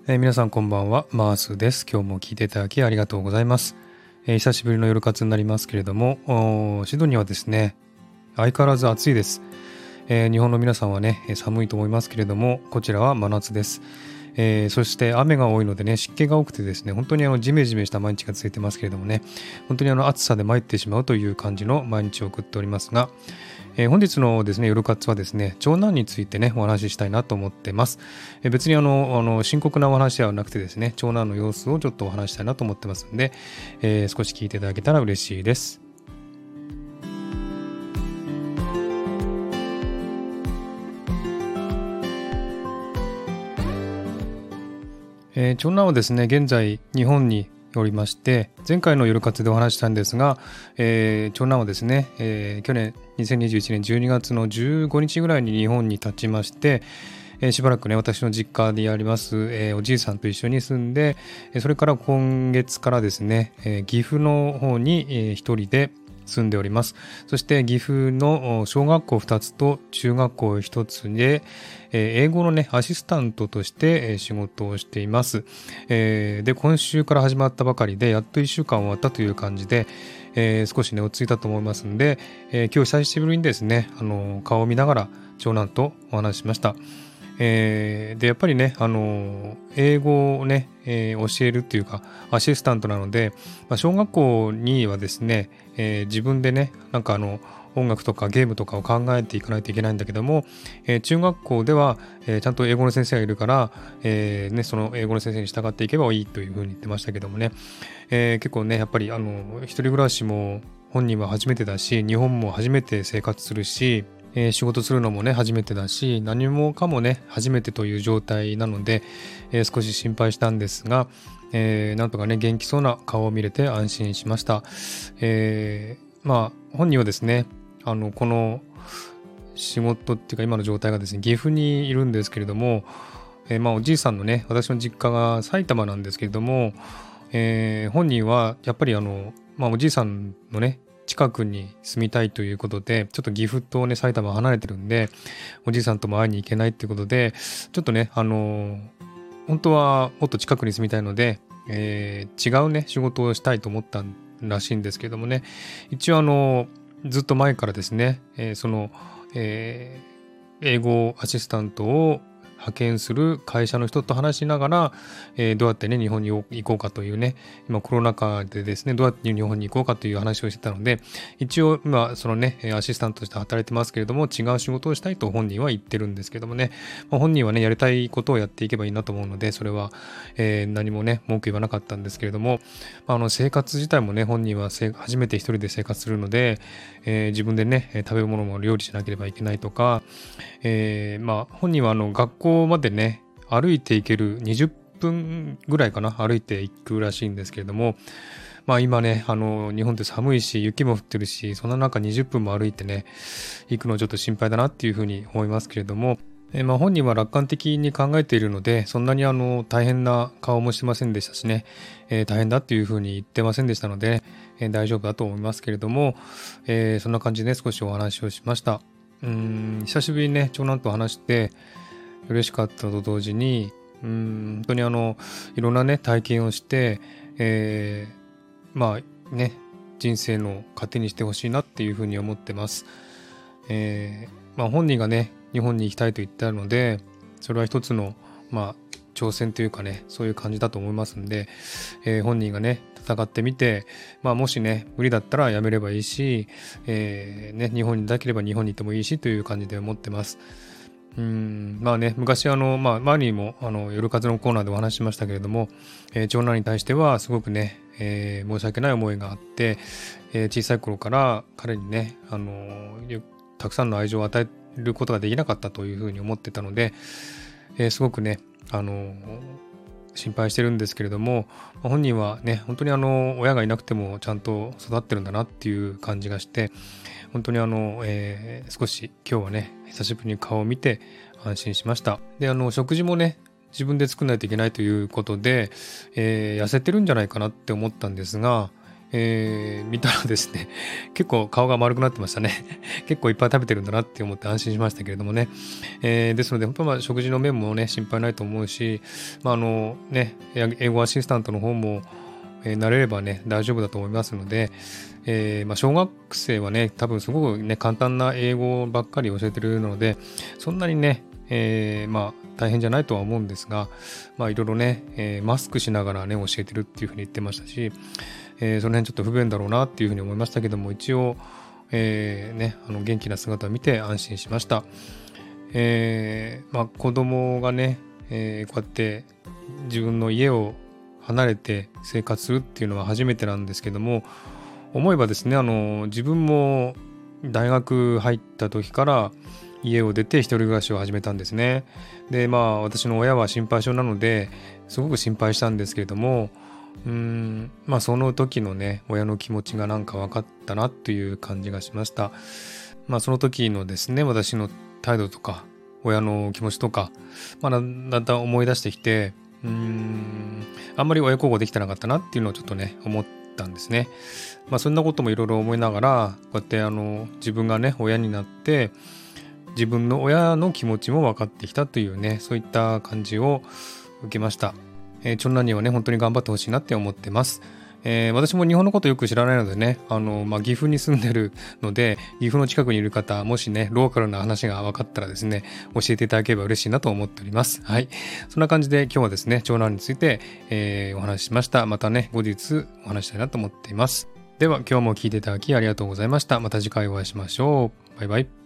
皆さんこんばんは、マースです。今日も聞いていただきありがとうございます。久しぶりの夜活になりますけれども、シドニーはですね、相変わらず暑いです。日本の皆さんはね、寒いと思いますけれども、こちらは真夏です。そして雨が多いのでね、湿気が多くてですね、本当にジメジメした毎日が続いてますけれどもね、本当に暑さで参ってしまうという感じの毎日を送っておりますが、本日のですね、夜活はですね、長男についてね、お話ししたいなと思ってます。別に深刻なお話ではなくてですね、長男の様子をちょっとお話したいなと思ってますんで、少し聞いていただけたら嬉しいです。長男はですね、現在日本におりまして、前回の夜活でお話したんですが、長男はですね、去年2021年12月の15日ぐらいに日本に立ちまして、しばらくね、私の実家であります、おじいさんと一緒に住んで、それから今月からですね、岐阜の方に、一人で住んでおります。そして岐阜の小学校2つと中学校1つで、英語のね、アシスタントとして仕事をしています。で、今週から始まったばかりで、やっと1週間終わったという感じで、少しね、落ち着いたと思いますんで、今日久しぶりにですね、顔を見ながら長男とお話ししました。でやっぱりね、英語をね、教えるっていうかアシスタントなので、小学校にはですね、自分でねなんか音楽とかゲームとかを考えていかないといけないんだけども、中学校では、ちゃんと英語の先生がいるから、その英語の先生に従っていけばいいというふうに言ってましたけどもね、結構ねやっぱり一人暮らしも本人は初めてだし、日本も初めて生活するし、仕事するのもね初めてだし、何もかもね初めてという状態なので、少し心配したんですが、なんとかね元気そうな顔を見れて安心しました。本人はですねこの仕事っていうか今の状態がですね岐阜にいるんですけれども、おじいさんのね私の実家が埼玉なんですけれども、本人はやっぱりおじいさんのね近くに住みたいということで、ちょっと岐阜とね埼玉離れてるんで、おじいさんとも会いに行けないっていうことで、ちょっとね本当はもっと近くに住みたいので、違うね仕事をしたいと思ったらしいんですけどもね、一応ずっと前からですね、英語アシスタントを派遣する会社の人と話しながら、どうやってね日本に行こうかというね、今コロナ禍でですねどうやって日本に行こうかという話をしてたので、一応今そのねアシスタントとして働いてますけれども、違う仕事をしたいと本人は言ってるんですけどもね、本人はねやりたいことをやっていけばいいなと思うので、それは、何もね文句言わなかったんですけれども、生活自体もね本人は初めて一人で生活するので、自分でね食べ物も料理しなければいけないとか、本人は学校までね歩いて行ける20分ぐらいかな、歩いて行くらしいんですけれども、今ね日本って寒いし雪も降ってるし、そんな中20分も歩いてね行くのちょっと心配だなっていうふうに思いますけれども、本人は楽観的に考えているので、そんなに大変な顔もしてませんでしたしね、大変だっていうふうに言ってませんでしたので、大丈夫だと思いますけれども、そんな感じで、ね、少しお話をしました。久しぶりにね長男と話して嬉しかったと同時に、本当にいろんなね体験をして、人生の糧にしてほしいなっていうふうに思ってます。本人がね日本に行きたいと言ってあるので、それは一つの挑戦というかね、そういう感じだと思いますんで、本人がね戦ってみて、もしね無理だったらやめればいいし、日本にいなければ日本に行ってもいいしという感じで思ってます。昔前にも夜活のコーナーでお話ししましたけれども、長男に対してはすごくね、申し訳ない思いがあって、小さい頃から彼にねたくさんの愛情を与えることができなかったというふうに思ってたので、すごくね心配してるんですけれども、本人はね本当に親がいなくてもちゃんと育ってるんだなっていう感じがして、本当に少し今日はね久しぶりに顔を見て安心しました。で食事もね自分で作らないといけないということで、痩せてるんじゃないかなって思ったんですが、 見たらですね、結構顔が丸くなってましたね。結構いっぱい食べてるんだなって思って安心しましたけれどもね。ですので、本当は食事の面もね、心配ないと思うし、英語アシスタントの方も、慣れればね、大丈夫だと思いますので、小学生はね、多分すごくね、簡単な英語ばっかり教えてるので、そんなにね、大変じゃないとは思うんですが、いろいろね、マスクしながらね、教えてるっていうふうに言ってましたし、その辺ちょっと不便だろうなっていうふうに思いましたけども、一応、元気な姿を見て安心しました。子供がね、こうやって自分の家を離れて生活するっていうのは初めてなんですけども、思えばですね、自分も大学入った時から家を出て一人暮らしを始めたんですね。で、私の親は心配性なので、すごく心配したんですけれども、その時のね、親の気持ちがなんか分かったなという感じがしました。その時のですね、私の態度とか、親の気持ちとか、だんだん思い出してきて、あんまり親孝行できてなかったなっていうのをちょっとね、思ったんですね。そんなこともいろいろ思いながら、こうやって自分がね、親になって、自分の親の気持ちも分かってきたというね、そういった感じを受けました。長男にはね、本当に頑張ってほしいなって思ってます。私も日本のことよく知らないのでね、岐阜に住んでるので、岐阜の近くにいる方、もしね、ローカルな話が分かったらですね、教えていただければ嬉しいなと思っております。はい。そんな感じで今日はですね、長男について、お話ししました。またね、後日お話したいなと思っています。では、今日も聞いていただきありがとうございました。また次回お会いしましょう。バイバイ。